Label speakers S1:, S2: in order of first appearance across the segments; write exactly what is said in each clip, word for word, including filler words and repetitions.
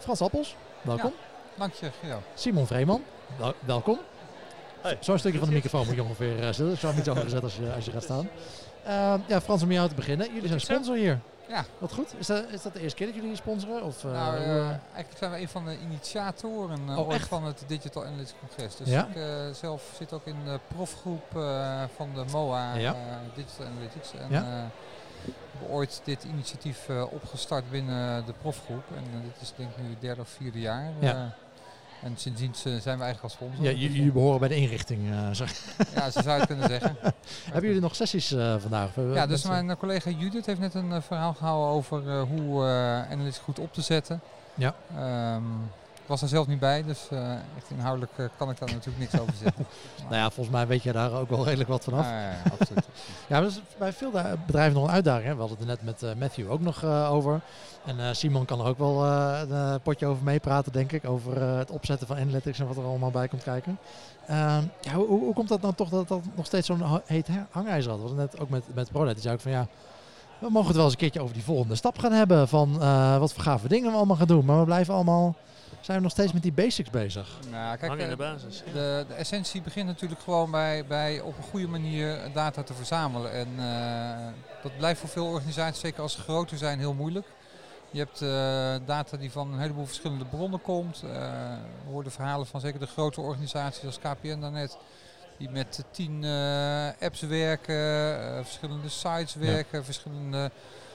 S1: Frans Appels, welkom.
S2: Ja, dank je, Guido.
S1: Simon Vreeman, wel, welkom.
S3: Hey.
S1: Zo'n stukje van de microfoon moet je ongeveer uh, zitten. Ik zou hem iets hoger zetten als je, als je gaat staan. Uh, ja, Frans, om jou te beginnen. Jullie zijn sponsor hier.
S2: Ja.
S1: Wat goed. Is dat, is dat de eerste keer dat jullie hier sponsoren? Of, uh,
S2: nou, uh,
S1: uh,
S2: eigenlijk zijn we een van de initiatoren uh,
S1: oh,
S2: ooit van het Digital Analytics Congres. Dus
S1: ja?
S2: ik uh, zelf zit ook in de profgroep uh, van de M O A
S1: ja.
S2: uh, Digital Analytics. En
S1: ja?
S2: uh, we hebben ooit dit initiatief uh, opgestart binnen de profgroep. En uh, dit is denk ik nu het derde of vierde jaar.
S1: Ja.
S2: Uh, En sindsdien uh, zijn we eigenlijk als sponsor.
S1: Ja, jullie behoren bij de inrichting. Uh,
S2: ja, zo zou je het kunnen zeggen.
S1: Hebben jullie nog sessies uh, vandaag?
S2: Ja, dus mijn uh, collega Judith heeft net een uh, verhaal gehouden over uh, hoe uh, analytics goed op te zetten.
S1: Ja.
S2: Um, ik was er zelf niet bij, dus uh, echt inhoudelijk uh, kan ik daar natuurlijk niks over zeggen.
S1: Nou ja, volgens mij weet je daar ook wel redelijk wat vanaf.
S2: Ah, ja, ja, absoluut.
S1: Ja, dat is bij veel bedrijven nog een uitdaging. Hè? We hadden het er net met uh, Matthew ook nog uh, over. En uh, Simon kan er ook wel uh, een potje over meepraten, denk ik. Over uh, het opzetten van analytics en wat er allemaal bij komt kijken. Uh, ja, hoe, hoe komt dat nou toch dat dat nog steeds zo'n heet hangijzer had? We hadden net ook met, met ProNet. Die zei ook van ja, we mogen het wel eens een keertje over die volgende stap gaan hebben. Van uh, wat voor gave dingen we allemaal gaan doen. Maar we blijven allemaal... Zijn we nog steeds met die basics bezig?
S2: Nou, kijk,
S4: Hang in de basis. Ja.
S2: De, de essentie begint natuurlijk gewoon bij, bij op een goede manier data te verzamelen. En uh, dat blijft voor veel organisaties, zeker als ze groter zijn, heel moeilijk. Je hebt uh, data die van een heleboel verschillende bronnen komt. Uh, we hoorden verhalen van zeker de grote organisaties als K P N daarnet. Die met tien uh, apps werken, uh, verschillende sites werken, ja. verschillende...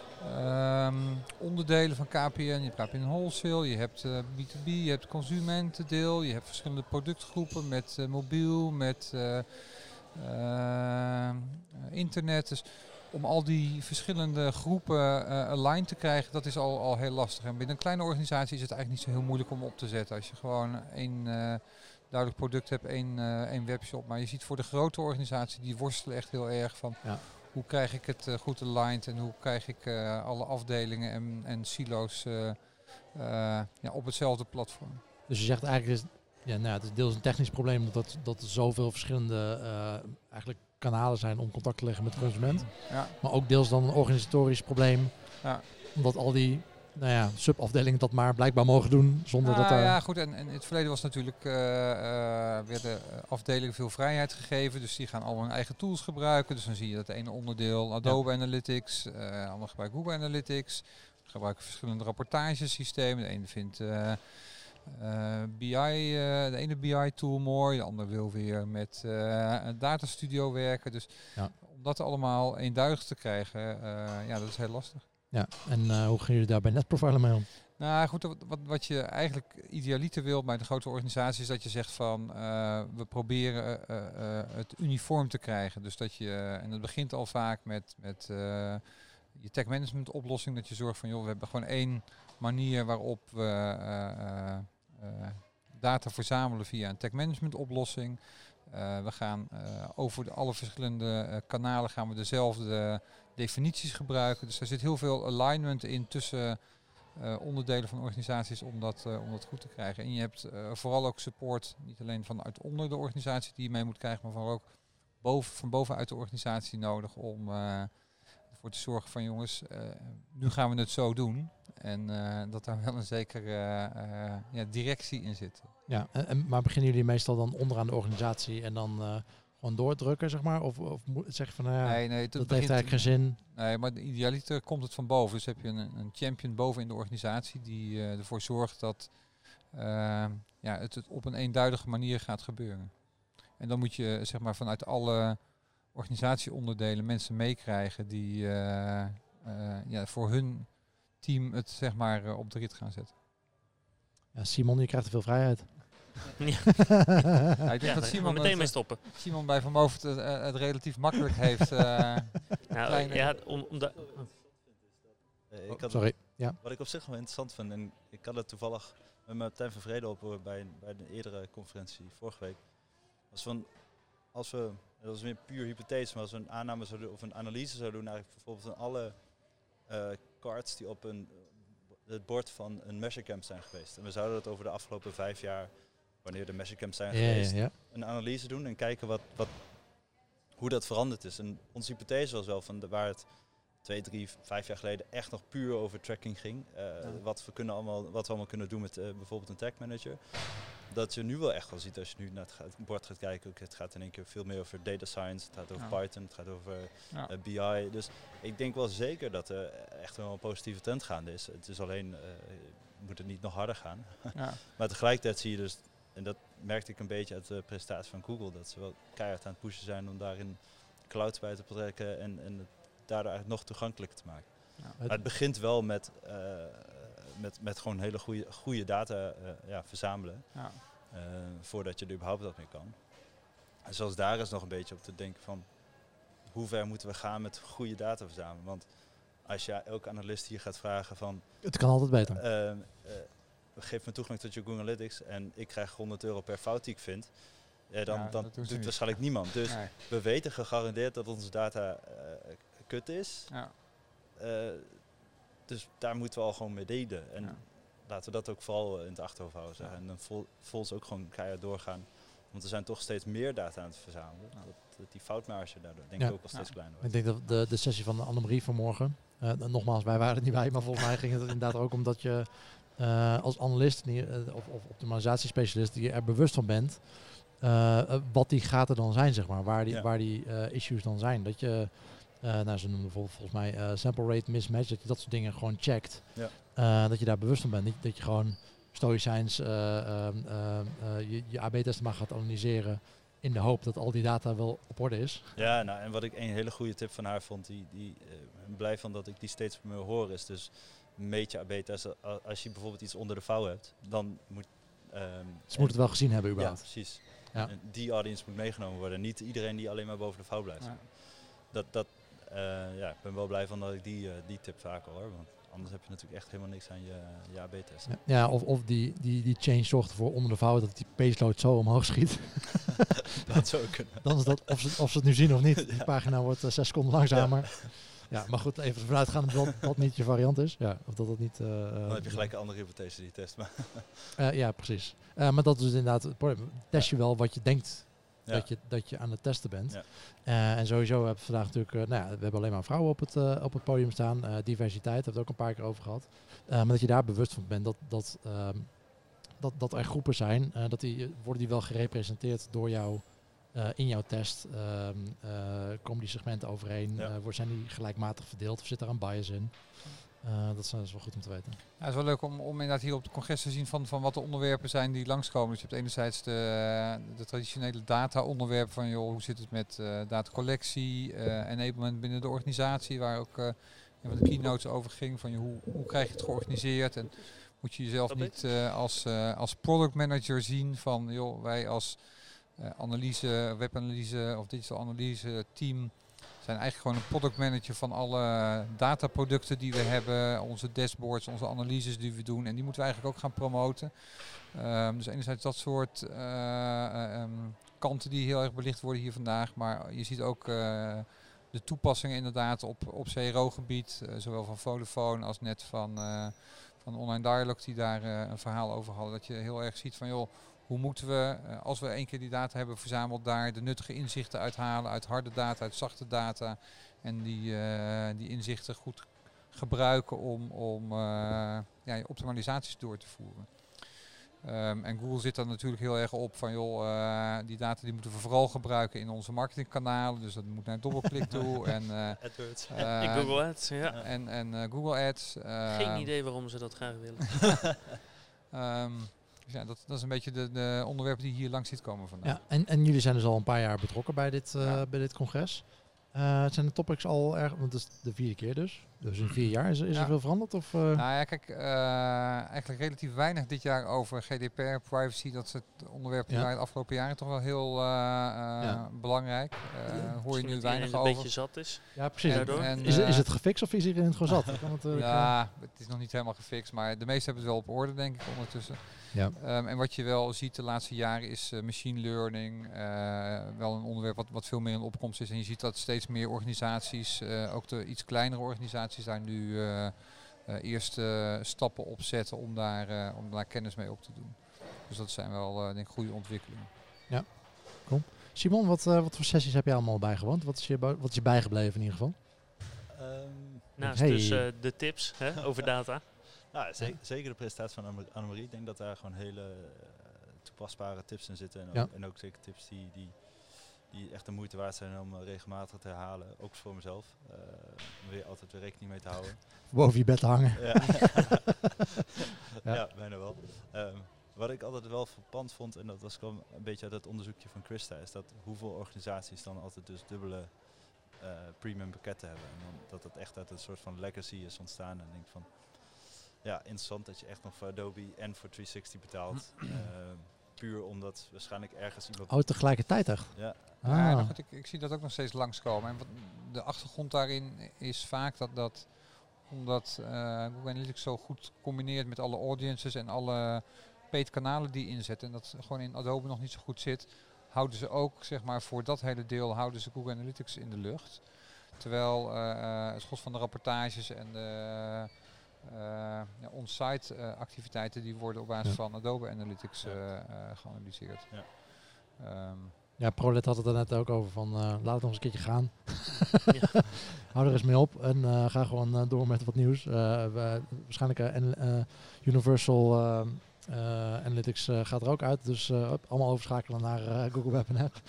S2: Um, onderdelen van K P N. Je hebt K P N Wholesale, je hebt uh, B twee B, je hebt consumentendeel, je hebt verschillende productgroepen met uh, mobiel, met uh, uh, internet. Dus om al die verschillende groepen uh, aligned te krijgen, dat is al, al heel lastig. En binnen een kleine organisatie is het eigenlijk niet zo heel moeilijk om op te zetten. Als je gewoon één uh, duidelijk product hebt, één, uh, één webshop. Maar je ziet voor de grote organisatie, die worstelen echt heel erg van... Ja. Hoe krijg ik het uh, goed aligned en hoe krijg ik uh, alle afdelingen en, en silo's uh, uh, ja, op hetzelfde platform.
S1: Dus je zegt eigenlijk, is, ja, nou, het is deels een technisch probleem dat, dat er zoveel verschillende uh, eigenlijk kanalen zijn om contact te leggen met de consument. Ja. Maar ook deels dan een organisatorisch probleem, ja. Omdat al die nou ja, subafdelingen dat maar blijkbaar mogen doen zonder
S2: ah,
S1: dat er...
S2: Ja, goed. En, en in het verleden was natuurlijk uh, uh, werden afdelingen veel vrijheid gegeven. Dus die gaan allemaal hun eigen tools gebruiken. Dus dan zie je dat de ene onderdeel Adobe ja. Analytics, uh, ander gebruikt Google Analytics. We gebruiken verschillende rapportagesystemen. De ene vindt uh, uh, B I, uh, de ene B I tool mooi, de ander wil weer met uh, een datastudio werken. Dus ja. om dat allemaal eenduidig te krijgen, uh, ja, dat is heel lastig.
S1: Ja, en uh, hoe gaan jullie daar bij NetProfiler mee om?
S2: Nou goed, wat, wat je eigenlijk idealiter wil bij de grote organisatie is dat je zegt van uh, we proberen uh, uh, het uniform te krijgen. Dus dat je, uh, en dat begint al vaak met, met uh, je tech management oplossing, dat je zorgt van joh, we hebben gewoon één manier waarop we uh, uh, uh, data verzamelen via een tech management oplossing. Uh, we gaan uh, over de alle verschillende uh, kanalen gaan we dezelfde definities gebruiken. Dus er zit heel veel alignment in tussen uh, onderdelen van organisaties om dat, uh, om dat goed te krijgen. En je hebt uh, vooral ook support, niet alleen vanuit onder de organisatie die je mee moet krijgen, maar vooral ook boven, van bovenuit de organisatie nodig om uh, ervoor te zorgen van jongens, uh, nu gaan we het zo doen. En uh, dat daar wel een zekere uh, uh, ja, directie in zit.
S1: Ja, en, en, maar beginnen jullie meestal dan onderaan de organisatie en dan uh, gewoon doordrukken, zeg maar? Of, of zeg je van, nou ja, nee, nee, dat, dat heeft eigenlijk geen zin?
S2: Nee, maar idealiter komt het van boven. Dus heb je een, een champion boven in de organisatie die uh, ervoor zorgt dat uh, ja, het, het op een eenduidige manier gaat gebeuren. En dan moet je zeg maar vanuit alle organisatieonderdelen mensen meekrijgen die uh, uh, ja, voor hun team het zeg maar uh, op de rit gaan zetten.
S1: Ja, Simon, je krijgt te veel vrijheid.
S4: Ja.
S2: Ja, ik denk
S4: ja,
S2: dat Simon
S4: meteen
S2: het,
S4: mee stoppen.
S2: Simon bij Van Moof het, uh, het relatief makkelijk heeft. Uh,
S4: nou, ja, om, om de...
S3: uh, ik had
S1: Sorry. Ja.
S3: Wat ik op zich wel interessant vind, en ik had het toevallig met Martijn van Vrede op bij, bij de eerdere conferentie vorige week, was van als we, dat was weer puur hypothetisch, maar als we een aanname zouden doen of een analyse zouden doen, eigenlijk bijvoorbeeld van alle uh, cards die op een het bord van een measurecamp zijn geweest. En we zouden dat over de afgelopen vijf jaar, wanneer de measurecamps zijn
S1: ja,
S3: geweest,
S1: ja, ja.
S3: een analyse doen en kijken wat, wat, hoe dat veranderd is. En onze hypothese was wel van de, waar het twee, drie, vijf jaar geleden echt nog puur over tracking ging. Uh, ja. wat, we kunnen allemaal, wat we allemaal kunnen doen met uh, bijvoorbeeld een tag manager. Dat je nu wel echt wel ziet als je nu naar het bord gaat kijken. Het gaat in één keer veel meer over data science, het gaat over ja. Python, het gaat over ja. uh, B I. Dus ik denk wel zeker dat er echt wel een positieve trend gaande is. Het is alleen, uh, moet het niet nog harder gaan. Ja. Maar tegelijkertijd zie je dus, en dat merkte ik een beetje uit de presentatie van Google, dat ze wel keihard aan het pushen zijn om daarin clouds bij te betrekken en, en het daardoor eigenlijk nog toegankelijker te maken. Ja. Maar het begint wel met, uh, met, met gewoon hele goede, goede data uh, ja, verzamelen. Ja. Uh, voordat je er überhaupt wat mee kan. En zoals daar is nog een beetje op te denken van hoe ver moeten we gaan met goede data verzamelen. Want als je elke analist hier gaat vragen van...
S1: Het kan altijd beter.
S3: Uh, uh, geef me toegang tot je Google Analytics en ik krijg honderd euro per fout die ik vind. Ja, dan ja, dan doet waarschijnlijk niemand. Dus nee. we weten gegarandeerd dat onze data uh, kut is. Ja. Uh, dus daar moeten we al gewoon mee delen. En ja. laten we dat ook vooral in het achterhoofd houden. Ja. En dan vol, volgens ook gewoon keihard doorgaan. Want er zijn toch steeds meer data aan het verzamelen. Ja. Dat, dat die foutmarge daardoor denk ik ja. ook al steeds ja. kleiner wordt.
S1: Ik denk dat de, de sessie van Annemarie vanmorgen, uh, nogmaals, wij waren er niet bij, maar volgens mij ging het inderdaad ook om dat je uh, als analist uh, of, of optimalisatiespecialist die je er bewust van bent, uh, uh, wat die gaten dan zijn, zeg maar, waar die, ja. waar die uh, issues dan zijn. Dat je, uh, nou, ze noemen bijvoorbeeld volgens mij uh, sample rate mismatch, dat je dat soort dingen gewoon checkt. Ja. Uh, dat je daar bewust van bent. Niet dat je gewoon stoïcijns uh, uh, uh, uh, je, je A B-testen maar gaat analyseren in de hoop dat al die data wel op orde is.
S3: Ja, nou, en wat ik een hele goede tip van haar vond, die, die uh, ben blij van dat ik die steeds meer hoor, is dus meet je A B-testen. Als je bijvoorbeeld iets onder de vouw hebt, dan moet... Um,
S1: Ze moeten het wel gezien hebben überhaupt.
S3: Ja, precies. Ja. En die audience moet meegenomen worden. Niet iedereen die alleen maar boven de vouw blijft. Ja. Dat, dat, uh, ja, ik ben wel blij van dat ik die, uh, die tip vaker hoor. Want anders heb je natuurlijk echt helemaal niks aan je, je A B-test.
S1: Ja, ja, of, of die, die, die change zorgt ervoor onder de vouw dat die pageload zo omhoog schiet.
S3: Dat zou kunnen.
S1: Dan is dat of ze, of ze het nu zien of niet. Die ja. pagina wordt uh, zes seconden langzamer. Ja. Ja, maar goed, even vanuitgaan dat dat niet je variant is. Ja, of dat dat niet... Uh,
S3: Dan heb je gelijk een andere hypothese die je test. Maar
S1: uh, ja, precies. Uh, maar dat is dus inderdaad het probleem. Test je wel wat je denkt ja. dat, je, dat je aan het testen bent. Ja. Uh, en sowieso hebben we vandaag natuurlijk... Uh, nou ja, we hebben alleen maar vrouwen op het, uh, op het podium staan. Uh, diversiteit, hebben we het ook een paar keer over gehad. Uh, maar dat je daar bewust van bent dat, dat, uh, dat, dat er groepen zijn. Uh, dat die, worden die wel gerepresenteerd door jou... Uh, in jouw test uh, uh, komen die segmenten overeen, ja. uh, zijn die gelijkmatig verdeeld of zit er een bias in? Uh, dat, is, dat is wel goed om te weten.
S2: Ja, het is wel leuk om, om inderdaad hier op het congres te zien van, van wat de onderwerpen zijn die langskomen. Dus je hebt enerzijds de, de traditionele data-onderwerpen van joh, hoe zit het met uh, datacollectie, uh, enablement binnen de organisatie, waar ook uh, een van de keynotes over ging van joh, hoe, hoe krijg je het georganiseerd en moet je jezelf niet uh, als, uh, als product manager zien van joh, wij als Uh, analyse, webanalyse of digital analyse team zijn eigenlijk gewoon een product manager van alle dataproducten die we hebben, onze dashboards, onze analyses die we doen en die moeten we eigenlijk ook gaan promoten. Um, dus enerzijds dat soort uh, uh, um, kanten die heel erg belicht worden hier vandaag, maar je ziet ook uh, de toepassingen inderdaad op, op C R O-gebied, uh, zowel van Vodafone als net van, uh, van Online Dialog die daar uh, een verhaal over hadden, dat je heel erg ziet van joh, hoe moeten we, als we één keer die data hebben verzameld, daar de nuttige inzichten uithalen uit harde data, uit zachte data. En die, uh, die inzichten goed gebruiken om, om uh, ja, optimalisaties door te voeren. Um, en Google zit daar natuurlijk heel erg op van joh, uh, die data die moeten we vooral gebruiken in onze marketingkanalen. Dus dat moet naar DoubleClick toe. en, uh,
S4: AdWords. Uh, in Google Ads, ja.
S2: En, en uh, Google Ads. Uh,
S4: Geen idee waarom ze dat graag willen.
S2: um, Dus ja, dat, dat is een beetje de, de onderwerpen die hier langs ziet komen vandaag.
S1: Ja, en, en jullie zijn dus al een paar jaar betrokken bij dit, uh, ja. bij dit congres. Uh, zijn de topics al erg, want het is de vierde keer dus. Dus in vier jaar, is, is ja. er veel veranderd? Of, uh?
S2: Nou ja, kijk, uh, eigenlijk relatief weinig dit jaar over G D P R, privacy. Dat is het onderwerp die ja. waren de afgelopen jaren toch wel heel uh, uh, ja. belangrijk. Uh, ja. Hoor je nu weinig over.
S4: een beetje zat is.
S1: Ja, precies. En, en, is, is het gefixt of is iedereen het gewoon zat? Kan het, uh,
S2: ja, het is nog niet helemaal gefixt, maar de meesten hebben het wel op orde, denk ik, ondertussen. Ja. Um, en wat je wel ziet de laatste jaren is uh, machine learning. Uh, wel een onderwerp wat, wat veel meer in opkomst is. En je ziet dat steeds meer organisaties, uh, ook de iets kleinere organisaties, daar nu uh, uh, eerste uh, stappen op zetten om daar, uh, om daar kennis mee op te doen. Dus dat zijn wel uh, denk ik goede ontwikkelingen.
S1: Ja, cool. Simon, wat, uh, wat voor sessies heb jij allemaal bijgewoond? Wat is je, wat is je bijgebleven in ieder geval?
S3: Um,
S4: Naast
S1: Hey.
S4: dus uh, de tips hè, over data.
S3: Nou, zeker, zeker de presentatie van Anne- Annemarie. Ik denk dat daar gewoon hele uh, toepasbare tips in zitten. En,
S1: Ja.
S3: ook, en ook zeker tips die, die, die echt de moeite waard zijn om uh, regelmatig te herhalen. Ook voor mezelf. Uh, om weer altijd weer rekening mee te houden.
S1: Boven je bed te hangen.
S3: Ja,
S1: Ja.
S3: ja bijna wel. Um, wat ik altijd wel verpand vond, en dat was gewoon een beetje uit het onderzoekje van Christa, is dat hoeveel organisaties dan altijd dus dubbele uh, premium pakketten hebben. En dan, dat het echt uit een soort van legacy is ontstaan. En ik denk van, ja, interessant dat je echt nog voor Adobe en voor driehonderdzestig betaalt. uh, puur omdat waarschijnlijk ergens iemand...
S1: Oh, tegelijkertijd echt?
S3: Ja.
S1: Ah.
S2: Ja, nou goed, ik, ik zie dat ook nog steeds langskomen. En wat de achtergrond daarin is vaak dat, dat omdat uh, Google Analytics zo goed combineert met alle audiences en alle paid kanalen die inzetten en dat gewoon in Adobe nog niet zo goed zit, houden ze ook, zeg maar, voor dat hele deel houden ze Google Analytics in de lucht. Terwijl uh, het schot van de rapportages en de uh, ja, on-site uh, activiteiten die worden op basis
S1: Ja.
S2: van Adobe Analytics uh, uh, geanalyseerd.
S3: Ja.
S2: Um,
S1: Ja, ProLed had het er net ook over van uh, laat het nog eens een keertje gaan.
S4: Ja.
S1: Hou er eens mee op en uh, ga gewoon uh, door met wat nieuws. Uh, we, waarschijnlijk uh, en, uh, Universal uh, uh, Analytics uh, gaat er ook uit. Dus uh, up, allemaal overschakelen naar uh, Google Web en App.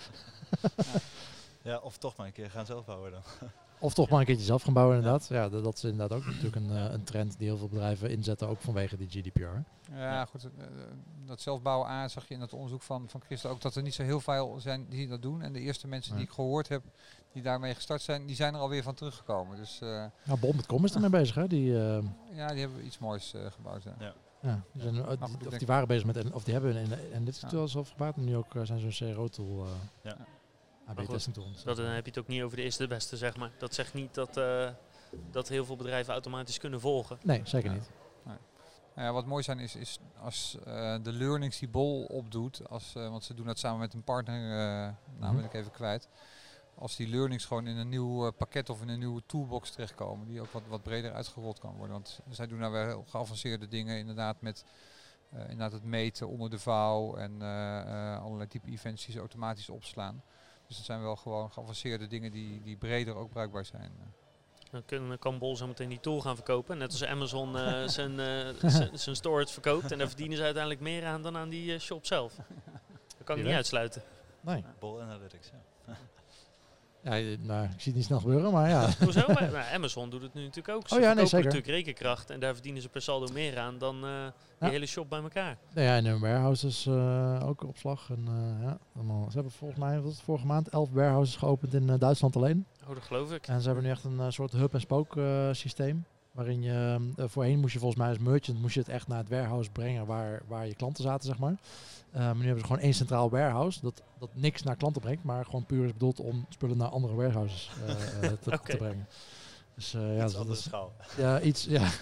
S3: Ja, of toch maar een keer gaan zelf bouwen dan.
S1: Of toch maar een keertje zelf gaan bouwen inderdaad. Ja, dat, dat is inderdaad ook natuurlijk een, uh, een trend die heel veel bedrijven inzetten, ook vanwege die G D P R.
S2: Ja, ja, goed. Uh, dat zelfbouwen aan zag je in het onderzoek van, van Christa ook dat er niet zo heel veel zijn die dat doen. En de eerste mensen
S1: Ja.
S2: die ik gehoord heb die daarmee gestart zijn, die zijn er alweer van teruggekomen. Dus uh,
S1: Nou, bol punt com is ermee bezig, hè? Die, uh,
S2: ja, die hebben iets moois uh, gebouwd. Ja.
S3: Ja.
S1: ja, die, zijn, uh,
S2: goed, ik
S1: of
S2: denk-
S1: die waren bezig met, of die hebben in en dit is
S2: Ja.
S1: tool zelf gebouwd. En nu ook uh, zijn ze een C R O-tool, uh,
S3: Ja.
S1: A B
S4: Maar goed,
S1: testing tool.
S4: Dat, dan heb je het ook niet over de eerste de beste, zeg maar. Dat zegt niet dat, uh, dat heel veel bedrijven automatisch kunnen volgen.
S1: Nee, zeker
S2: Ja.
S1: niet.
S2: Nou ja, wat mooi zijn is, is als uh, de learnings die Bol opdoet, als, uh, want ze doen dat samen met een partner, uh, nou
S1: Mhm.
S2: ben ik even kwijt. Als die learnings gewoon in een nieuw uh, pakket of in een nieuwe toolbox terechtkomen, die ook wat, wat breder uitgerold kan worden. Want zij doen nou weer heel geavanceerde dingen, inderdaad met uh, inderdaad het meten onder de vouw en uh, uh, allerlei type events die ze automatisch opslaan. Dus dat zijn wel gewoon geavanceerde dingen die, die breder ook bruikbaar zijn.
S4: Dan kan, kan Bol zo meteen die tool gaan verkopen. Net als Amazon uh, zijn, uh, zijn- zijn storage verkoopt. En daar verdienen ze uiteindelijk meer aan dan aan die uh, shop zelf. Dat kan ik niet
S1: Ja.
S4: uitsluiten.
S1: Nee.
S3: Bol Analytics, ja.
S1: Ja, je- nou, ik zie het niet snel gebeuren, maar ja.
S4: Hoezo? Maar, nou, Amazon doet het nu natuurlijk ook. Ze
S1: Oh ja, nee,
S4: verkopen
S1: zeker.
S4: natuurlijk rekenkracht. En daar verdienen ze per saldo meer aan dan uh, die
S1: Ja.
S4: hele shop bij elkaar.
S1: Nou ja, en hun warehouses uh, ook opslag. En, uh, ja, allemaal. Ze hebben volgens mij, wat was het, vorige maand, elf warehouses geopend in uh, Duitsland alleen.
S4: Oh, dat geloof ik.
S1: En ze hebben nu echt een uh, soort hub-en-spook uh, systeem. Waarin je, uh, voorheen moest je volgens mij als merchant moest je het echt naar het warehouse brengen waar, waar je klanten zaten, zeg maar. Uh, maar nu hebben ze gewoon één centraal warehouse dat, dat niks naar klanten brengt, maar gewoon puur is bedoeld om spullen naar andere warehouses uh, uh, te,
S4: Oké.
S1: te brengen. Dus uh, ja,
S3: Iets
S1: dat
S3: andere
S1: is,
S3: schaal.
S1: ja, iets, ja.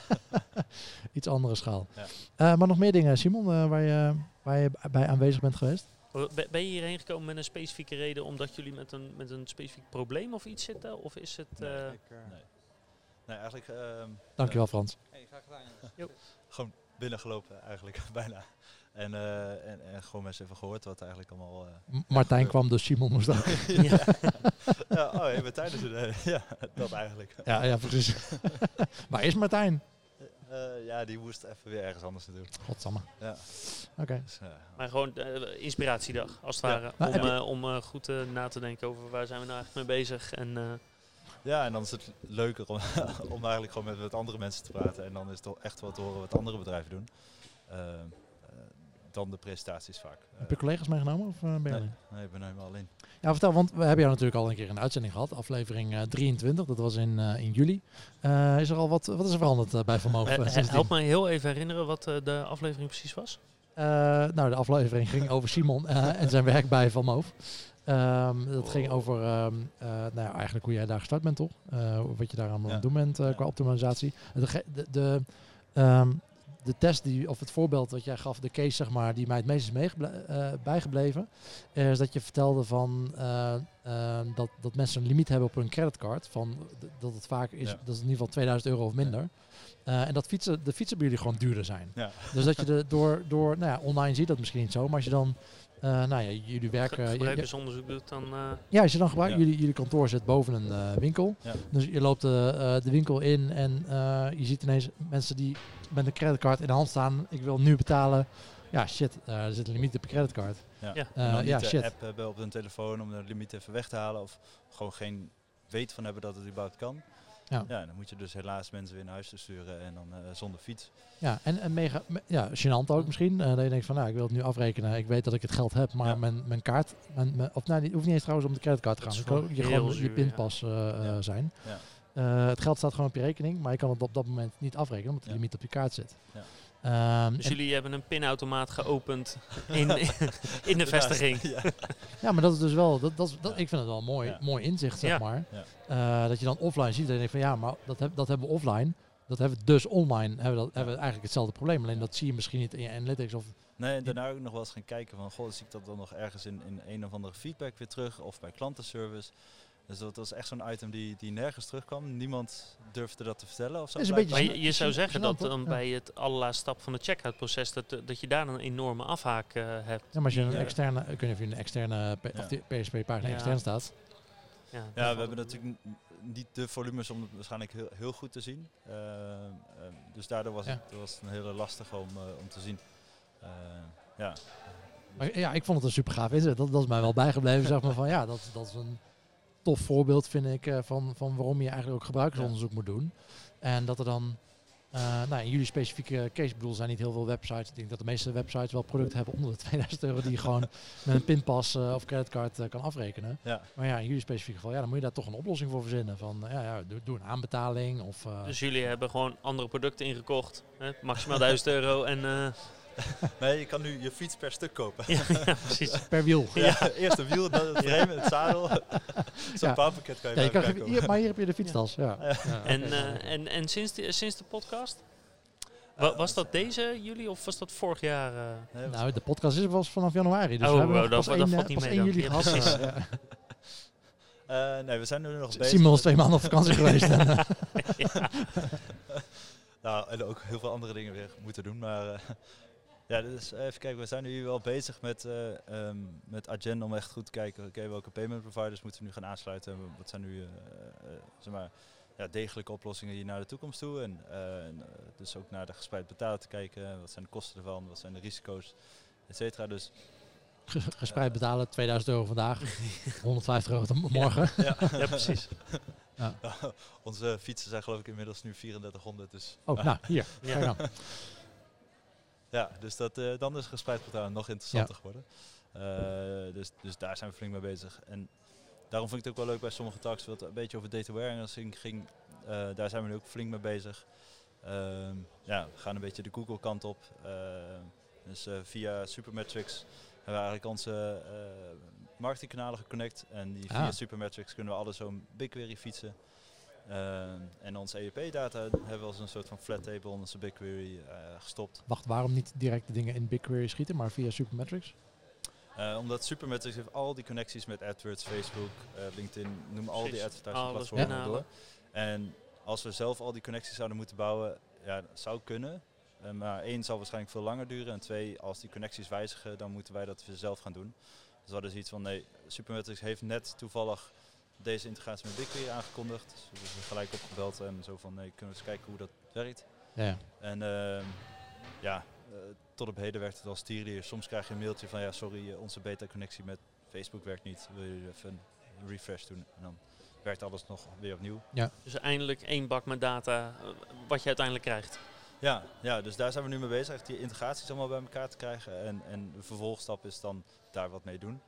S1: iets andere schaal.
S3: Ja.
S1: Uh, maar nog meer dingen, Simon, uh, waar, je, waar je bij aanwezig bent geweest?
S4: Ben ben je hierheen gekomen met een specifieke reden omdat jullie met een, met een specifiek probleem of iets zitten? Of is het... uh,
S3: Nee, Nee. Nee, eigenlijk ehm,
S1: Dankjewel, Frans.
S2: Hey, graag gedaan.
S3: gewoon binnengelopen eigenlijk, bijna. En, eh, en, en gewoon mensen even gehoord wat eigenlijk allemaal... eh,
S1: M- Martijn kwam, dus Simon moest ook.
S3: ja. ja, oh, je bent tijdens het... ja, dat eigenlijk.
S1: Ja, ja, precies. Waar is Martijn?
S3: Eh, ja, die moest even weer ergens anders naartoe.
S1: Godsamme.
S3: Ja.
S1: Oké.
S3: Dus, eh,
S4: Maar gewoon uh, inspiratiedag, als het
S3: Ja.
S4: ware.
S1: Maar
S4: om
S1: heb je-
S4: uh, om uh, goed uh, na te denken over waar zijn we nou eigenlijk mee bezig. En, uh,
S3: ja, en dan is het leuker om, om eigenlijk gewoon met, met andere mensen te praten. En dan is het toch echt wel te horen wat andere bedrijven doen. Uh, uh, dan de presentaties vaak. Uh,
S1: Heb je collega's meegenomen of uh, ben je
S3: nee,
S1: alleen?
S3: nee, ik ben helemaal alleen.
S1: Ja, vertel, want we hebben jou natuurlijk al een keer een uitzending gehad. Aflevering uh, drieëntwintig, dat was in, uh, in juli. Uh, is er al wat, wat is er veranderd uh, bij Van Moof?
S4: uh,
S1: Uh, sindsdien?
S4: help mij heel even herinneren wat uh, de aflevering precies was.
S1: Uh, nou, de aflevering ging over Simon uh, en zijn werk bij Van Moof. Um, dat ging over um, uh, nou ja, eigenlijk hoe jij daar gestart bent, toch? Uh, wat je daar aan
S3: Ja.
S1: het doen bent uh,
S3: Ja.
S1: qua optimalisatie. De, ge- de, de, um, de test, die, of het voorbeeld dat jij gaf, de case zeg maar, die mij het meest is meegeble- uh, bijgebleven, is dat je vertelde van, uh, uh, dat, dat mensen een limiet hebben op hun creditcard. Van, d- dat het vaak is,
S3: Ja.
S1: dat het in ieder geval tweeduizend euro of minder. Uh, en dat fietsen, de fietsen bij jullie gewoon duurder zijn.
S3: Ja.
S1: Dus dat je de, door, door nou ja, online ziet dat misschien niet zo, maar als je dan Uh, nou ja, jullie werken...
S4: Ge gebruikersonderzoek doet dan... Uh...
S1: Ja, als je dan gebruikt,
S3: Ja.
S1: jullie, jullie kantoor zit boven een uh, winkel.
S3: Ja.
S1: Dus je loopt de, uh, de winkel in en uh, je ziet ineens mensen die met een creditcard in de hand staan. Ik wil nu betalen. Ja, shit, uh, er zit een limiet op je creditcard.
S3: Ja.
S4: Ja.
S3: En dan
S1: Uh,
S3: niet
S1: ja,
S3: de
S1: shit.
S3: app hebben op hun telefoon om de limiet even weg te halen. Of gewoon geen weet van hebben dat het überhaupt kan.
S1: Ja.
S3: Ja, dan moet je dus helaas mensen weer naar huis te sturen en dan uh, zonder fiets.
S1: Ja, en, en mega, me, ja, gênant ook misschien. Uh, dat je denkt van, nou, ik wil het nu afrekenen. Ik weet dat ik het geld heb, maar
S3: Ja.
S1: mijn, mijn kaart... Mijn, mijn, of nou, het hoeft niet eens trouwens om de creditcard te gaan. Het kan je gewoon je pinpas uh,
S3: ja.
S1: zijn.
S3: Ja.
S1: Uh, het geld staat gewoon op je rekening, maar je kan het op dat moment niet afrekenen, omdat de
S3: Ja.
S1: limiet op je kaart zit.
S3: Ja.
S1: Um,
S4: dus jullie hebben een pinautomaat geopend in, in de vestiging.
S3: Ja.
S1: Ja, maar dat is dus wel, dat, dat, is, dat,
S3: Ja.
S1: ik vind het wel een mooi,
S3: Ja.
S1: mooi inzicht, zeg
S4: Ja.
S1: maar.
S3: Ja.
S1: Uh, dat je dan offline ziet en je denkt van ja, maar dat, heb, dat hebben we offline. Dat hebben we dus online, hebben we, dat,
S3: Ja.
S1: hebben we eigenlijk hetzelfde probleem. Alleen dat zie je misschien niet in je analytics of...
S3: Nee, en daarna ook nog wel eens gaan kijken van, goh, zie ik dat dan nog ergens in, in een of andere feedback weer terug of bij klantenservice. Dus dat was echt zo'n item die, die nergens terugkwam. Niemand durfde dat te vertellen of zo.
S1: Is een
S3: blijkbaar.
S1: beetje
S4: Maar je, je zou zeggen dat
S1: Gênant,
S4: dan
S1: ja.
S4: bij het allerlaatste stap van het checkout proces dat, dat je daar een enorme afhaak uh, hebt.
S1: Ja, maar als je een
S3: Ja.
S1: externe, ik weet niet of je een externe, P-
S3: Ja.
S1: of de P S P-pagina
S4: Ja.
S1: extern staat.
S4: Ja,
S3: Ja, we hebben natuurlijk n- niet de volumes om het waarschijnlijk heel, heel goed te zien. Uh, uh, dus daardoor was,
S1: Ja.
S3: het, was het een hele lastige om, uh, om te zien. Uh, ja.
S1: Maar ja, ik vond het een super gaaf inzet. Dat, dat is mij wel bijgebleven, zeg maar, van ja, dat, dat is een tof voorbeeld, vind ik, uh, van, van waarom je eigenlijk ook gebruikersonderzoek ja. moet doen. En dat er dan, uh, nou, in jullie specifieke case, bedoel, zijn niet heel veel websites. Ik denk dat de meeste websites wel producten hebben onder de tweeduizend euro die je gewoon met een pinpas uh, of creditcard uh, kan afrekenen.
S3: Ja.
S1: Maar ja, in jullie specifieke geval, ja, dan moet je daar toch een oplossing voor verzinnen. Van, uh, ja, ja, doe, doe een aanbetaling of... Uh,
S4: dus jullie hebben gewoon andere producten ingekocht, hè? Maximaal duizend euro en... Uh,
S3: nee, je kan nu je fiets per stuk kopen.
S4: Ja, ja, precies.
S1: Per wiel.
S3: Ja, eerst een wiel, dan het frame, het zadel. Zo'n
S1: Ja.
S3: bouwpakket kan je
S1: Ja, je
S3: bij
S1: kan
S3: elkaar
S1: hier,
S3: kopen.
S1: maar hier heb je de fietstas. Ja. Ja. Ja,
S4: En,
S1: oké.
S4: uh, en, en sinds, de, sinds de podcast? Wa was dat deze jullie of was dat vorig jaar? Uh?
S3: Nee, was-
S1: Nou, de podcast is was vanaf januari. Dus
S4: Oh,
S1: we hebben
S4: wow,
S1: nog
S4: dat-
S1: pas
S4: dat
S1: één,
S4: valt
S1: uh,
S4: niet
S1: pas
S4: mee
S1: één
S4: dan.
S1: juli
S4: Ja,
S1: gehad.
S4: precies.
S1: Uh, ja.
S3: Uh, nee, we zijn er nu nog bezig.
S1: Simon is
S3: met-
S1: twee maanden op vakantie geweest. En, uh,
S4: Ja.
S3: Nou, en ook heel veel andere dingen weer moeten doen. Maar uh, ja, dus even kijken, we zijn nu wel bezig met, uh, um, met Agenda om echt goed te kijken, oké, okay, welke payment providers moeten we nu gaan aansluiten. Wat zijn nu uh, uh, zeg maar, ja, degelijke oplossingen hier naar de toekomst toe. En, uh, en uh, dus ook naar de gespreid betalen te kijken. Wat zijn de kosten ervan, wat zijn de risico's, et cetera. Dus
S1: gespreid betalen, tweeduizend euro vandaag, honderdvijftig euro morgen.
S3: ja,
S4: Ja, precies.
S1: Ja.
S3: Onze fietsen zijn geloof ik inmiddels nu vierentdertighonderd. Dus
S1: Oh, nou, hier.
S4: Ja.
S1: Kijk dan.
S3: ja, dus dat, uh, dan is gespreid betalen nog interessanter ja. geworden. Uh, dus, dus daar zijn we flink mee bezig. En daarom vind ik het ook wel leuk bij sommige talks wat een beetje over data warehousing ging. Uh, daar zijn we nu ook flink mee bezig. Uh, ja, we gaan een beetje de Google kant op. Uh, dus uh, via Supermetrics hebben we eigenlijk onze uh, marketingkanalen geconnect. En die, via
S1: ah.
S3: Supermetrics kunnen we alles zo'n BigQuery fietsen. Uh, en onze E E P-data hebben we als een soort van flat table in onze BigQuery uh, gestopt.
S1: Wacht, waarom niet direct de dingen in BigQuery schieten, maar via Supermetrics?
S3: Uh, omdat Supermetrics heeft al die connecties met AdWords, Facebook, uh, LinkedIn, noem al die advertising
S4: Alles
S3: platformen
S4: binnenhalen.
S3: door. En als we zelf al die connecties zouden moeten bouwen, ja, dat zou kunnen. Uh, maar één zal waarschijnlijk veel langer duren. En twee, als die connecties wijzigen, dan moeten wij dat weer zelf gaan doen. Dus we hadden zoiets van, nee, Supermetrics heeft net toevallig deze integratie met BigQuery aangekondigd. Dus we hebben gelijk opgebeld en zo van, nee, kunnen we eens kijken hoe dat werkt.
S1: Ja.
S3: En uh, ja, uh, tot op heden werkt het als tierenlier. Soms krijg je een mailtje van, ja sorry, uh, onze beta-connectie met Facebook werkt niet. Wil je even een refresh doen? En dan werkt alles nog weer opnieuw.
S1: Ja.
S4: Dus eindelijk één bak met data, uh, wat je uiteindelijk krijgt.
S3: Ja, ja, dus daar zijn we nu mee bezig, echt die integraties allemaal bij elkaar te krijgen. En, en de vervolgstap is dan daar wat mee doen.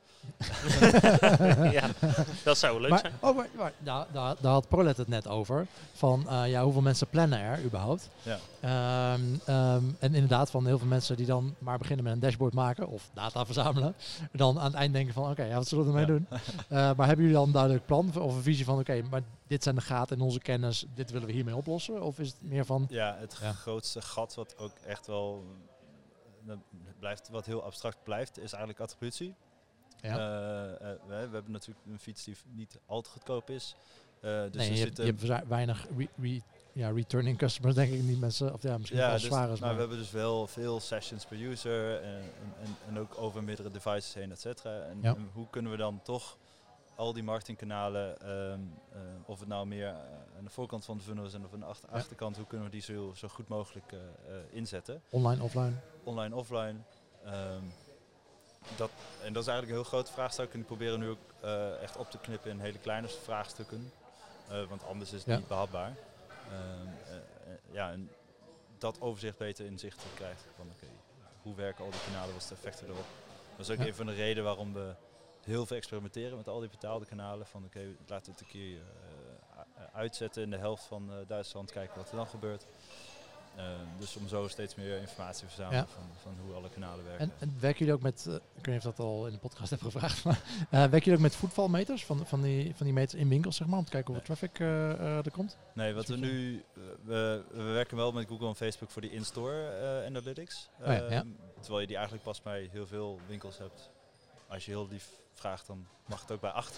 S4: Ja, dat zou leuk
S1: maar,
S4: zijn.
S1: Oh, maar, maar daar, daar, daar had Prolet het net over. Van uh, ja, hoeveel mensen plannen er überhaupt?
S3: Ja.
S1: Um, um, en inderdaad van heel veel mensen die dan maar beginnen met een dashboard maken of data verzamelen. Dan aan het eind denken van oké, okay, ja, wat zullen we ermee ja. doen? Uh, maar hebben jullie dan een duidelijk plan of een visie van oké, okay, maar dit zijn de gaten in onze kennis, dit willen we hiermee oplossen? Of is het meer van...
S3: Ja, het
S1: ja.
S3: grootste gat wat ook echt wel uh, blijft, wat heel abstract blijft, is eigenlijk attributie. Ja. Uh, uh, we, we hebben natuurlijk een fiets die niet al te goedkoop is. Uh, dus
S1: nee, je, hebt, je hebt weinig re re ja, returning customers denk ik niet mensen, of ja, misschien
S3: Ja,
S1: wel
S3: dus,
S1: zwaar is.
S3: maar
S1: Maar
S3: we hebben dus wel veel sessions per user en, en, en ook over meerdere devices heen, et cetera. En,
S1: Ja.
S3: en hoe kunnen we dan toch al die marketingkanalen, um, uh, of het nou meer uh, aan de voorkant van de funnel is en of aan de achter,
S1: Ja.
S3: achterkant, hoe kunnen we die zo, zo goed mogelijk uh, uh, inzetten?
S1: online, offline.
S3: Online, offline. Um, dat, en dat is eigenlijk een heel groot vraagstuk en die proberen we nu ook uh, echt op te knippen in hele kleine vraagstukken. Uh, want anders is het
S1: Ja.
S3: niet behapbaar. Um, uh, uh, ja, en dat overzicht beter in zicht krijgt. Van oké, okay, hoe werken al die kanalen, wat is de effecten erop? Dat is ook
S1: Ja.
S3: een van de redenen waarom we heel veel experimenteren met al die betaalde kanalen. Van oké, okay, laten we het een keer uh, uitzetten in de helft van uh, Duitsland, kijken wat er dan gebeurt. Uh, dus om zo steeds meer informatie te verzamelen
S1: Ja.
S3: van, van hoe alle kanalen werken.
S1: En, en werken jullie ook met, uh, ik weet niet of dat al in de podcast heb gevraagd, maar uh, werken jullie ook met voetvalmeters van, van, die, van die meters in winkels, zeg maar, om te kijken hoeveel traffic uh, uh, er komt?
S3: Nee, wat we nu, we, we werken wel met Google en Facebook voor die in-store uh, analytics.
S1: Oh ja, ja.
S3: Um, terwijl je die eigenlijk pas bij heel veel winkels hebt. Als je heel lief vraagt, dan mag het ook bij acht.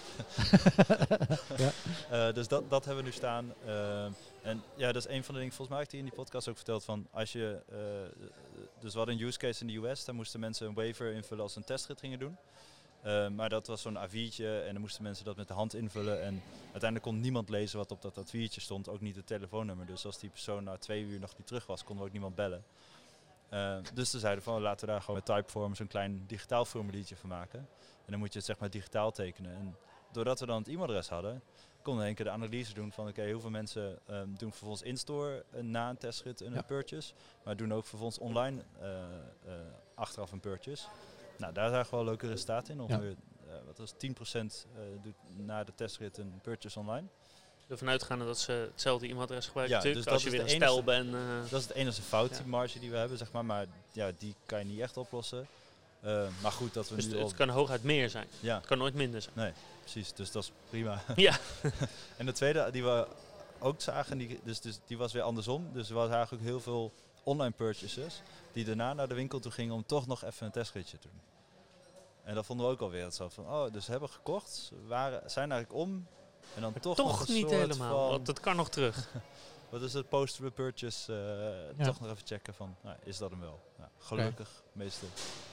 S1: Ja.
S3: uh, dus dat, dat hebben we nu staan. Uh, en ja, dat is een van de dingen, volgens mij heb ik die in die podcast ook verteld, van als je, uh, dus we hadden een use case in de U S, daar moesten mensen een waiver invullen als ze een testrit gingen doen. Uh, maar dat was zo'n A viertje en dan moesten mensen dat met de hand invullen. En uiteindelijk kon niemand lezen wat op dat A viertje stond, ook niet het telefoonnummer. Dus als die persoon na twee uur nog niet terug was, konden we ook niemand bellen. Uh, dus toen zeiden we van, laten we daar gewoon met Typeform zo'n klein digitaal formuliertje van maken. En dan moet je het zeg maar digitaal tekenen. En doordat we dan het e-mailadres hadden, konden we in één keer de analyse doen van oké, okay, hoeveel mensen um, doen vervolgens in-store uh, na een testrit een
S1: Ja.
S3: purchase. Maar doen ook vervolgens online uh, uh, achteraf een purchase. Nou, daar zagen we wel leuke resultaten in. Ongeveer, ja. uh, wat was tien procent uh, doet na de testrit een purchase online.
S4: Ervan uitgaande dat ze hetzelfde e-mailadres gebruiken
S3: Ja,
S4: natuurlijk.
S3: dus
S4: Als je
S3: dat
S4: weer
S3: is
S4: een
S3: de
S4: stijl
S3: enige-
S4: bent. Uh,
S3: Dat is het enige fout,
S4: Ja.
S3: die marge die we hebben, zeg maar. Maar ja, die kan je niet echt oplossen. Uh, maar goed, dat we
S4: dus
S3: nu
S4: het
S3: al...
S4: kan hooguit meer zijn.
S3: Ja,
S4: Het kan nooit minder zijn.
S3: precies. Dus dat is prima.
S4: Ja.
S3: En de tweede die we ook zagen, die, dus, dus die was weer andersom. Dus we zagen ook heel veel online purchases die daarna naar de winkel toe gingen om toch nog even een testritje te doen. En dat vonden we ook alweer zo van, oh, dus we hebben gekocht, waren, zijn eigenlijk om en dan
S4: Maar
S3: toch,
S4: toch
S3: nog een
S4: niet
S3: soort
S4: helemaal,
S3: van,
S4: want het kan nog terug.
S3: wat is het, post-repurchase, uh,
S1: Ja.
S3: toch nog even checken van, nou, is dat hem wel? Nou, gelukkig, meestal.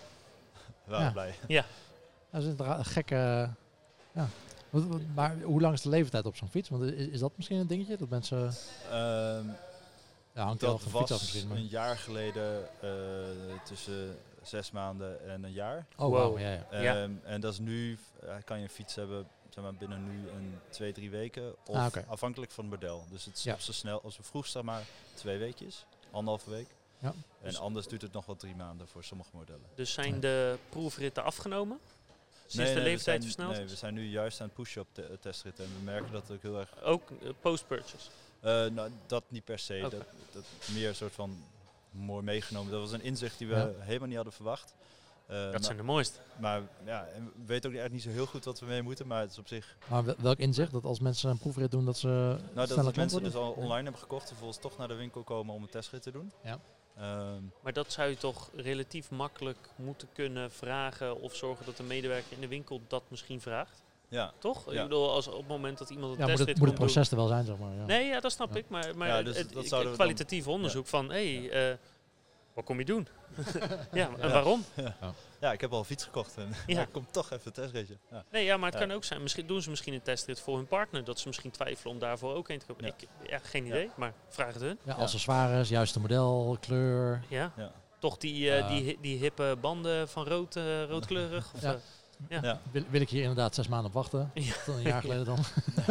S3: We waren
S1: Ja.
S3: blij.
S1: Dat is een ra- gekke, ja. Wat- wat- Maar hoe lang is de leeftijd op zo'n fiets? Want is, is dat misschien een dingetje? Dat mensen,
S3: Um,
S1: ja, hangt er wel
S3: dat
S1: van de fiets af
S3: was
S1: misschien. Maar.
S3: een jaar geleden uh, tussen zes maanden en een jaar.
S1: Oh,
S4: Wow.
S1: wow, ja, ja.
S4: Ja.
S3: Um, en dat is nu, uh, kan je een fiets hebben zeg maar, binnen nu een twee, drie weken. Of
S1: Ah, oké.
S3: afhankelijk van het model. Dus het is
S1: Ja.
S3: op zo snel als we vroeg zeg maar twee weekjes, anderhalve week.
S1: Ja.
S3: En
S4: Dus-
S3: anders duurt het nog wel drie maanden voor sommige modellen.
S4: Dus zijn
S1: Nee.
S4: de proefritten afgenomen? Sinds
S3: Nee,
S4: de
S3: nee, we
S4: leeftijd
S3: zijn-
S4: versneld
S3: Nee,
S4: is?
S3: we zijn nu juist aan het pushen op de uh, testrit. En we merken dat het ook heel erg...
S4: Ook uh, post-purchase?
S3: Uh, nou, dat niet per se.
S4: Oké.
S3: Dat, dat meer een soort van mooi meegenomen. Dat was een inzicht die we
S1: Ja.
S3: helemaal niet hadden verwacht. Uh,
S4: Dat
S3: maar,
S4: zijn de mooiste.
S3: maar ja, en we weten ook echt niet zo heel goed wat we mee moeten. Maar het is op zich...
S1: Maar wel- welk inzicht? Dat als mensen een proefrit doen, dat ze
S3: Nou,
S1: sneller
S3: dat
S1: klant
S3: mensen
S1: worden?
S3: dus al
S1: Ja.
S3: online hebben gekocht en vervolgens toch naar de winkel komen om een testrit te doen.
S1: Ja.
S3: Ehm,
S4: Maar dat zou je toch relatief makkelijk moeten kunnen vragen of zorgen dat de medewerker in de winkel dat misschien vraagt?
S3: ja.
S4: Toch?
S3: Ja.
S4: Ik bedoel, als op het moment dat iemand een
S1: Ja, moet
S4: testrit
S1: het, moet het
S4: komt doen-
S1: proces er wel zijn, zeg maar. Ja.
S4: Nee, ja, dat snap
S1: Ja.
S4: ik. Maar, maar
S3: Ja, dus
S4: het,
S3: dat
S4: ik-
S3: zouden we
S4: kwalitatief onderzoek van, hé, hey, uh, wat kom je doen? ja, en
S3: Ja.
S4: waarom?
S3: ja, ik heb al een fiets gekocht en
S4: Ja.
S3: ja. komt toch even een testritje. Ja.
S4: Nee, ja, maar het
S3: Ja.
S4: kan ook zijn. Misschien doen ze misschien een testrit voor hun partner. Dat ze misschien twijfelen om daarvoor ook een te kopen.
S3: Ja.
S4: Ik, ja, geen idee, maar vraag het hun.
S1: Ja, accessoires, juiste model, kleur.
S4: Ja,
S3: Ja.
S4: toch die, uh,
S1: Ja.
S4: die, hi- die hippe banden van rood, uh, roodkleurig? Of,
S1: Ja.
S4: uh, Ja.
S3: Ja.
S1: Wil, wil ik hier inderdaad zes maanden op wachten?
S4: Ja.
S1: Tot een jaar geleden dan.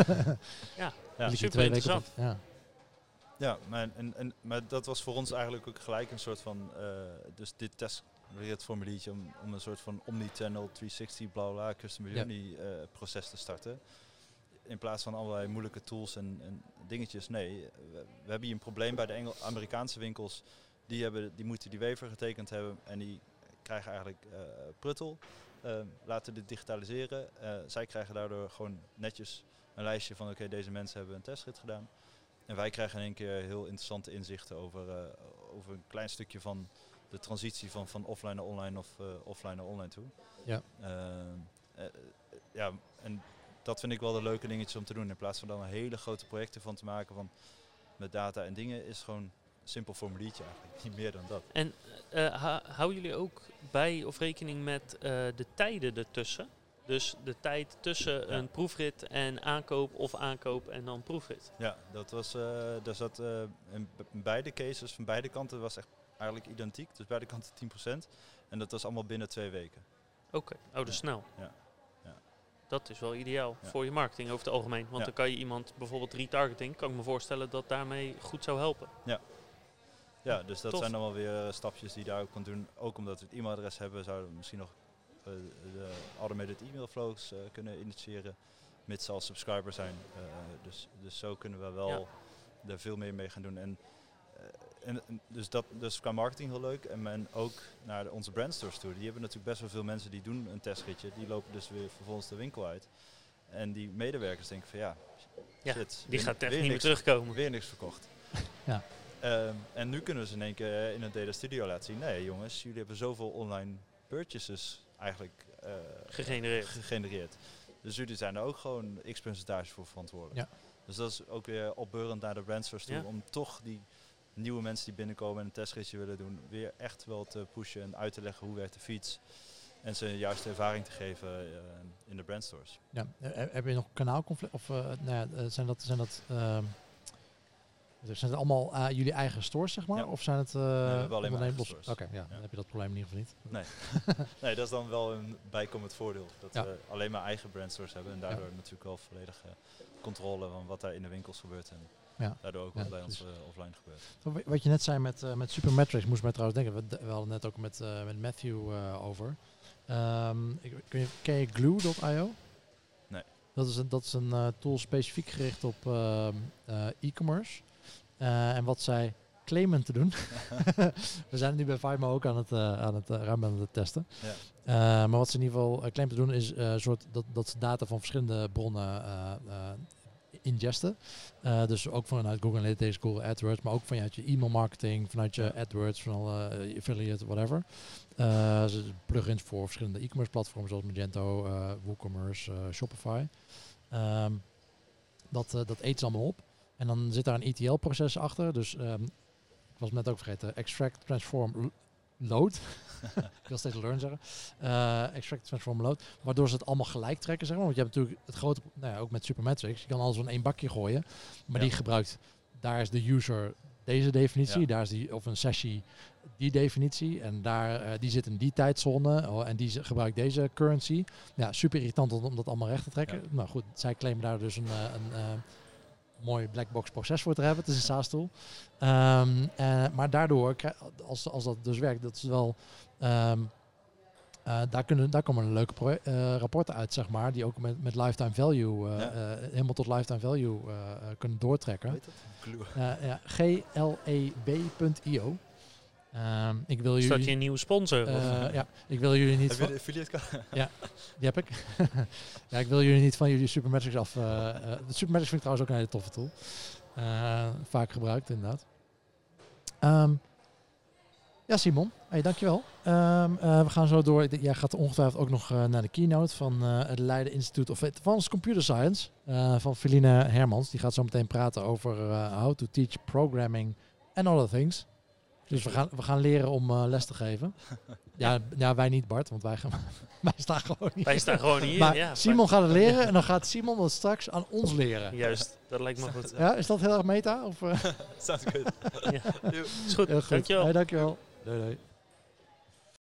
S3: Ja.
S1: Wil ik hier
S4: super
S1: twee weken op
S4: interessant.
S1: wachten? Ja.
S3: Ja, maar, en, en, maar dat was voor ons eigenlijk ook gelijk een soort van, uh, dus dit testformuliertje om, om een soort van omni-channel driehonderdzestig bla bla customer
S1: Ja.
S3: journey uh, proces te starten. In plaats van allerlei moeilijke tools en, en dingetjes. Nee, we, we hebben hier een probleem bij de Engel Amerikaanse winkels. Die, hebben, die moeten die waiver getekend hebben en die krijgen eigenlijk uh, pruttel. Uh, laten dit digitaliseren. Uh, zij krijgen daardoor gewoon netjes een lijstje van oké, okay, deze mensen hebben een testrit gedaan. En wij krijgen in één keer heel interessante inzichten over, uh, over een klein stukje van de transitie van, van offline naar online of uh, offline naar online toe.
S1: Ja.
S3: Uh, uh, ja, en dat vind ik wel de leuke dingetjes om te doen. In plaats van dan een hele grote projecten van te maken van met data en dingen is gewoon een simpel formuliertje eigenlijk. Niet meer dan dat.
S4: En uh, ha- houden jullie ook bij of rekening met uh, de tijden ertussen? Dus de tijd tussen
S3: Ja.
S4: een proefrit en aankoop of aankoop en dan proefrit.
S3: Ja, dat was, uh, daar zat uh, in be- beide cases van beide kanten was echt eigenlijk identiek. Dus beide kanten tien procent. En dat was allemaal binnen twee weken.
S4: Oké, okay. oh, dat is
S3: Ja.
S4: snel.
S3: Ja. Ja.
S4: Dat is wel ideaal
S3: Ja.
S4: voor je marketing over het algemeen. Want
S3: Ja.
S4: dan kan je iemand, bijvoorbeeld retargeting, kan ik me voorstellen dat daarmee goed zou helpen.
S3: Ja, dus dat
S4: Tof.
S3: zijn allemaal weer uh, stapjes die je daar ook kan doen. Ook omdat we het e-mailadres hebben, zouden we misschien nog uh, de automated e-mail flows uh, kunnen initiëren. Mits ze al subscriber zijn. Uh, dus, dus zo kunnen we wel
S4: Ja.
S3: er veel meer mee gaan doen. En, uh, en, en dus dat dus qua marketing heel leuk. En, en ook naar de, onze brandstores toe. Die hebben natuurlijk best wel veel mensen die doen een testritje. Die lopen dus weer vervolgens de winkel uit. En die medewerkers denken van ja,
S4: Ja,
S3: shit.
S4: Die
S3: weer-
S4: gaat echt
S3: weer
S4: niet meer
S3: niks-
S4: terugkomen.
S3: Weer niks verkocht.
S1: Ja.
S3: Um, en nu kunnen we ze in één keer in een Data Studio laten zien. Nee jongens, jullie hebben zoveel online purchases eigenlijk uh,
S4: Gegenereerd.
S3: gegenereerd. Dus jullie zijn er ook gewoon x percentage voor verantwoordelijk.
S1: Ja.
S3: Dus dat is ook weer opbeurend naar de brandstores toe.
S4: Ja.
S3: Om toch die nieuwe mensen die binnenkomen en een testritje willen doen, weer echt wel te pushen en uit te leggen hoe werkt de fiets. En ze een juiste ervaring te geven uh, in de brandstores.
S1: Ja. Uh, heb je nog kanaalconflict? Of uh, nou ja, uh, zijn dat, zijn dat uh, zijn het allemaal uh, jullie eigen stores, zeg maar?
S3: Ja.
S1: Of zijn het uh,
S3: Nee, we hebben alleen maar eigen
S1: los?
S3: stores.
S1: Oké, okay, ja,
S3: Ja.
S1: dan heb je dat probleem in ieder geval niet.
S3: Nee. Nee, dat is dan wel een bijkomend voordeel. Dat
S1: Ja.
S3: we alleen maar eigen brandstores hebben en daardoor
S1: Ja.
S3: natuurlijk wel volledige controle van wat daar in de winkels gebeurt. En
S1: Ja.
S3: daardoor ook
S1: Ja,
S3: wat bij ons
S1: precies.
S3: uh, offline gebeurt.
S1: Wat- Wat je net zei met, uh, met Supermetrics, moest mij trouwens denken. We, d- we hadden net ook met, uh, met Matthew uh, over. Um, ik, ik weet niet, ken je glue punt i o?
S3: Nee.
S1: Dat is een, dat is een uh, tool specifiek gericht op uh, uh, e-commerce. Uh, en wat zij claimen te doen. We zijn nu bij Vimo ook aan het, uh, aan het uh, ruim aan het testen.
S3: Ja.
S1: Uh, maar wat ze in ieder geval uh, claimen te doen is uh, soort dat, dat ze data van verschillende bronnen uh, uh, ingesten. Uh, dus ook vanuit Google Analytics, Google AdWords, maar ook vanuit je e-mail marketing, vanuit je
S3: Ja.
S1: AdWords, van alle uh, affiliate, whatever. Uh, dus plugins voor verschillende e-commerce platforms zoals Magento, uh, WooCommerce, uh, Shopify. Um, dat, uh, dat eet ze allemaal op. En dan zit daar een E T L-proces achter. Dus um, ik was het net ook vergeten. Extract, transform, load. Ik wil steeds learn zeggen. Uh, extract, transform, load. Waardoor ze het allemaal gelijk trekken, zeg maar. Want je hebt natuurlijk het grote, nou ja, ook met Supermetrics. Je kan alles in één bakje gooien. Maar
S3: Ja.
S1: die gebruikt, daar is de user deze definitie.
S3: Ja.
S1: Daar is die, of een sessie die definitie. En daar, uh, die zit in die tijdzone. Oh, en die z- gebruikt deze currency. Ja, super irritant om, om dat allemaal recht te trekken.
S3: Ja.
S1: Nou goed, zij claimen daar dus een... Uh, een uh, mooi blackbox proces voor te hebben. Het is een SaaS-tool. Um, uh, maar daardoor, krijg, als, als dat dus werkt, dat is wel... Um, uh, daar, kunnen, daar komen leuke pro- uh, rapporten uit, zeg maar, die ook met, met lifetime value, uh,
S3: Ja.
S1: uh, helemaal tot lifetime value uh, uh, kunnen doortrekken.
S3: Weet dat? Glue.
S1: Uh, ja, G L E B punt I O. Um, ik wil
S4: Is dat
S1: jullie...
S4: je een nieuwe sponsor? of?
S1: Uh, ja, ik wil jullie niet...
S3: Heb je de affiliate code?
S1: Die heb ik. Ja, ik wil jullie niet van jullie Supermetrics af. Uh, uh, de Supermetrics vind ik trouwens ook een hele toffe tool. Uh, vaak gebruikt, inderdaad. Um, ja, Simon. Hey, dankjewel. Um, uh, we gaan zo door. Jij gaat ongetwijfeld ook nog uh, naar de keynote van uh, het Leiden Institute of Advanced Computer Science. Uh, van Feline Hermans. Die gaat zo meteen praten over uh, how to teach programming and other things. Dus we gaan, we gaan leren om uh, les te geven. Ja, ja, wij niet, Bart, want wij, gaan, wij staan gewoon hier.
S4: Wij staan gewoon hier.
S1: Maar
S4: ja,
S1: Simon gaat het leren en dan gaat Simon het straks aan ons leren.
S4: Juist, dat lijkt me goed.
S1: Ja, is dat heel erg meta? Of, uh?
S3: Sounds good.
S4: Ja. Is goed,
S1: Heel goed.
S4: dankjewel.
S1: Hey, dankjewel. Doei, doei.